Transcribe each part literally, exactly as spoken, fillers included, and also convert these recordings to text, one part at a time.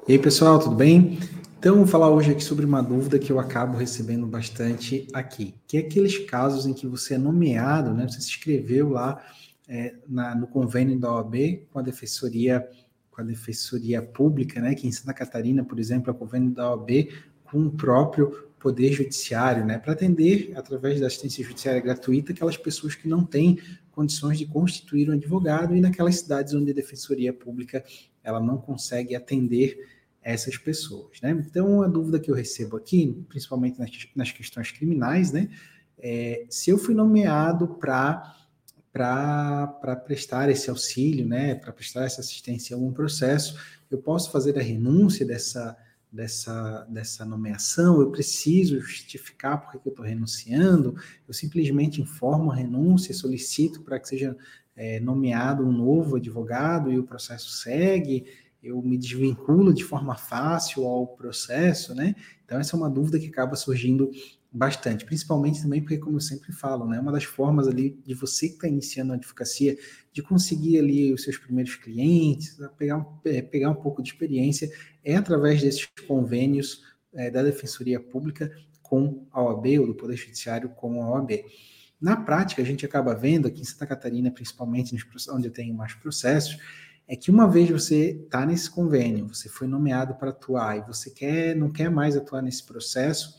E aí, pessoal, tudo bem? Então, vou falar hoje aqui sobre uma dúvida que eu acabo recebendo bastante aqui, que é aqueles casos em que você é nomeado, né? Você se inscreveu lá é, na, no convênio da O A B com a Defensoria, com a Defensoria Pública, né? Que em Santa Catarina, por exemplo, é o convênio da O A B com o próprio Poder Judiciário, né? Para atender, através da assistência judiciária gratuita, aquelas pessoas que não têm condições de constituir um advogado e naquelas cidades onde a Defensoria Pública ela não consegue atender essas pessoas, né? Então, a dúvida que eu recebo aqui, principalmente nas, nas questões criminais, né? É, se eu fui nomeado para para prestar esse auxílio, né? Para prestar essa assistência a algum processo, eu posso fazer a renúncia dessa, dessa, dessa nomeação? Eu preciso justificar por que eu estou renunciando? Eu simplesmente informo a renúncia, solicito para que seja é, nomeado um novo advogado e o processo segue? Eu me desvinculo de forma fácil ao processo, né? Então, essa é uma dúvida que acaba surgindo bastante, principalmente também porque, como eu sempre falo, né, uma das formas ali de você que está iniciando a advocacia, de conseguir ali os seus primeiros clientes, pegar um, pegar um pouco de experiência, é através desses convênios é, da Defensoria Pública com a O A B, ou do Poder Judiciário com a O A B. Na prática, a gente acaba vendo, aqui em Santa Catarina, principalmente, onde eu tenho mais processos, é que uma vez você está nesse convênio, você foi nomeado para atuar e você quer, não quer mais atuar nesse processo,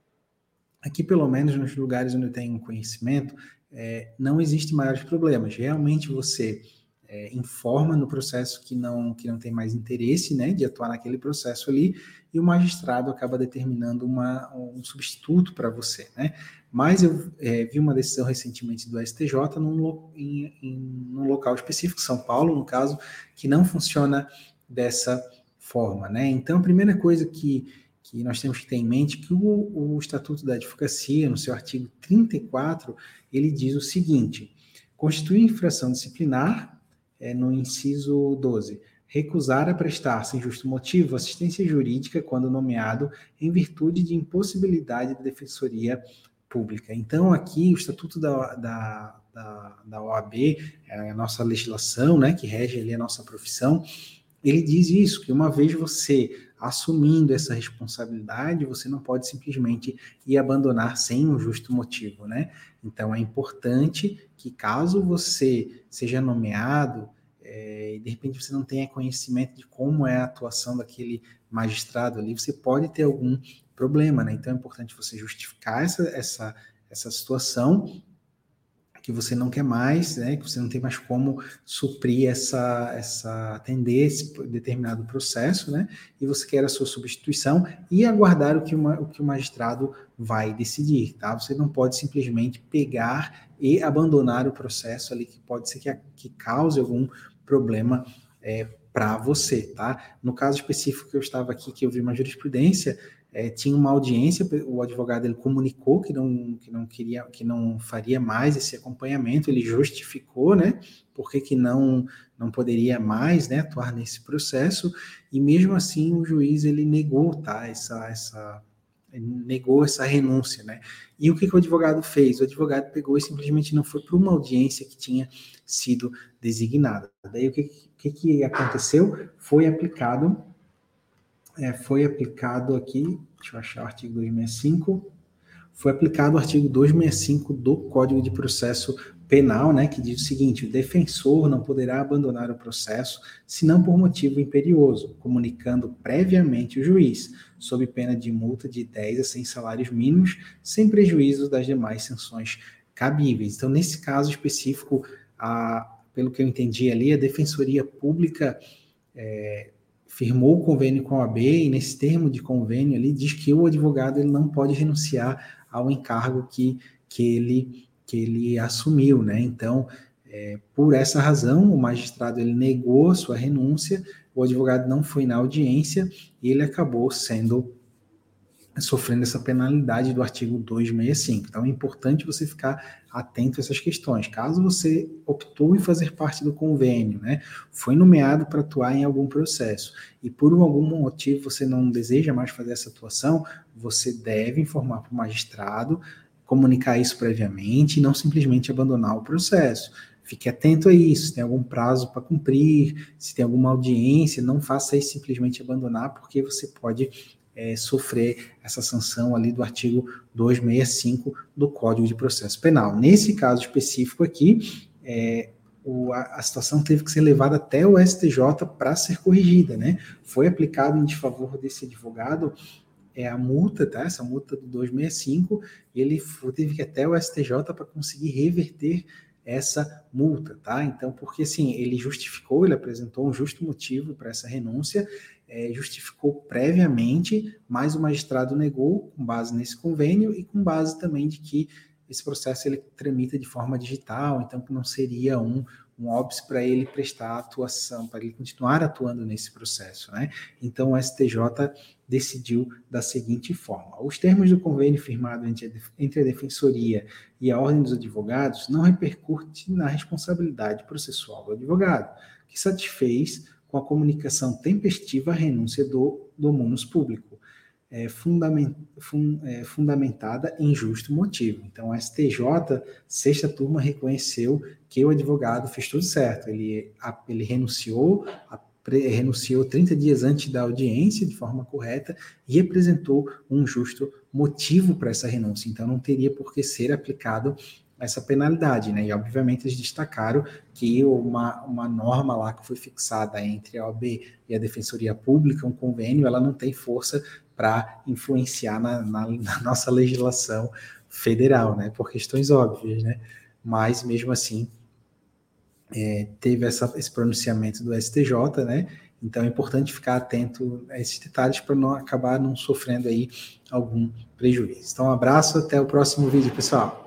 aqui pelo menos nos lugares onde eu tenho conhecimento, é, não existe maiores problemas. Realmente você é, informa no processo que não, que não tem mais interesse, né, de atuar naquele processo ali, e o magistrado acaba determinando uma, um substituto para você, né? Mas eu é, vi uma decisão recentemente do S T J num, em, em, num local específico, São Paulo, no caso, que não funciona dessa forma, né? Então, a primeira coisa que, que nós temos que ter em mente é que o, o Estatuto da Advocacia, no seu artigo trinta e quatro, ele diz o seguinte: constitui infração disciplinar, é, no inciso doze, recusar a prestar, sem justo motivo, assistência jurídica quando nomeado em virtude de impossibilidade da Defensoria Pública. Então, aqui, o Estatuto da, da, da, da O A B, é a nossa legislação, né, que rege ali a nossa profissão, ele diz isso, que uma vez você assumindo essa responsabilidade, você não pode simplesmente ir abandonar sem um justo motivo, né? Então, é importante que, caso você seja nomeado, é, e de repente você não tenha conhecimento de como é a atuação daquele magistrado ali, você pode ter algum problema, né? Então, é importante você justificar essa, essa, essa situação, que você não quer mais, né, que você não tem mais como suprir essa, essa atender esse determinado processo, né, e você quer a sua substituição e aguardar o que, uma, o que o magistrado vai decidir, tá? Você não pode simplesmente pegar e abandonar o processo ali, que pode ser que, que cause algum problema é, para você, tá? No caso específico que eu estava aqui, que eu vi uma jurisprudência, é, tinha uma audiência, o advogado ele comunicou que não, que não queria, que não faria mais esse acompanhamento, ele justificou, né, por que que não, não poderia mais, né, atuar nesse processo, e mesmo assim o juiz ele negou, tá, essa, essa, negou essa renúncia, né, e o que que o advogado fez? O advogado pegou e simplesmente não foi para uma audiência que tinha sido designada. Daí o que, que, que aconteceu? Foi aplicado É, foi aplicado aqui, deixa eu achar o artigo duzentos e sessenta e cinco, foi aplicado o artigo duzentos e sessenta e cinco do Código de Processo Penal, né, que diz o seguinte: o defensor não poderá abandonar o processo, senão por motivo imperioso, comunicando previamente o juiz, sob pena de multa de dez a cem salários mínimos, sem prejuízo das demais sanções cabíveis. Então, nesse caso específico, a, pelo que eu entendi ali, a Defensoria Pública é, firmou o convênio com a O A B, e nesse termo de convênio ali diz que o advogado ele não pode renunciar ao encargo que, que, ele, que ele assumiu, né? Então, é, por essa razão, o magistrado ele negou a sua renúncia, o advogado não foi na audiência e ele acabou sendo sofrendo essa penalidade do artigo duzentos e sessenta e cinco. Então, é importante você ficar atento a essas questões. Caso você optou em fazer parte do convênio, né, foi nomeado para atuar em algum processo, e por algum motivo você não deseja mais fazer essa atuação, você deve informar para o magistrado, comunicar isso previamente e não simplesmente abandonar o processo. fique atento a isso, se tem algum prazo para cumprir, se tem alguma audiência, não faça isso simplesmente abandonar, porque você pode é, sofrer essa sanção ali do artigo duzentos e sessenta e cinco do Código de Processo Penal. Nesse caso específico aqui, é, o, a, a situação teve que ser levada até o S T J para ser corrigida, né? Foi aplicado em desfavor desse advogado é a multa, tá? Essa multa do duzentos e sessenta e cinco, ele teve que ir até o S T J para conseguir reverter essa multa, tá? Então, porque assim, ele justificou, ele apresentou um justo motivo para essa renúncia, é, justificou previamente, mas o magistrado negou com base nesse convênio e com base também de que esse processo ele tramita de forma digital, então que não seria um, um óbice para ele prestar atuação, para ele continuar atuando nesse processo, né? Então o S T J decidiu da seguinte forma: os termos do convênio firmado entre a, entre a Defensoria e a Ordem dos Advogados não repercute na responsabilidade processual do advogado, que satisfez com a comunicação tempestiva a renúncia do, do munus público, é, fundament, fun, é, fundamentada em justo motivo. Então, a S T J, sexta turma, reconheceu que o advogado fez tudo certo, ele, a, ele renunciou, a, renunciou trinta dias antes da audiência, de forma correta, e apresentou um justo motivo para essa renúncia. Então, não teria por que ser aplicado essa penalidade, né? E, obviamente, eles destacaram que uma, uma norma lá que foi fixada entre a O A B e a Defensoria Pública, um convênio, ela não tem força para influenciar na, na, na nossa legislação federal, né? Por questões óbvias, né? Mas, mesmo assim, é, teve essa, esse pronunciamento do S T J, né? Então é importante ficar atento a esses detalhes para não acabar não sofrendo aí algum prejuízo. Então, um abraço, até o próximo vídeo, pessoal.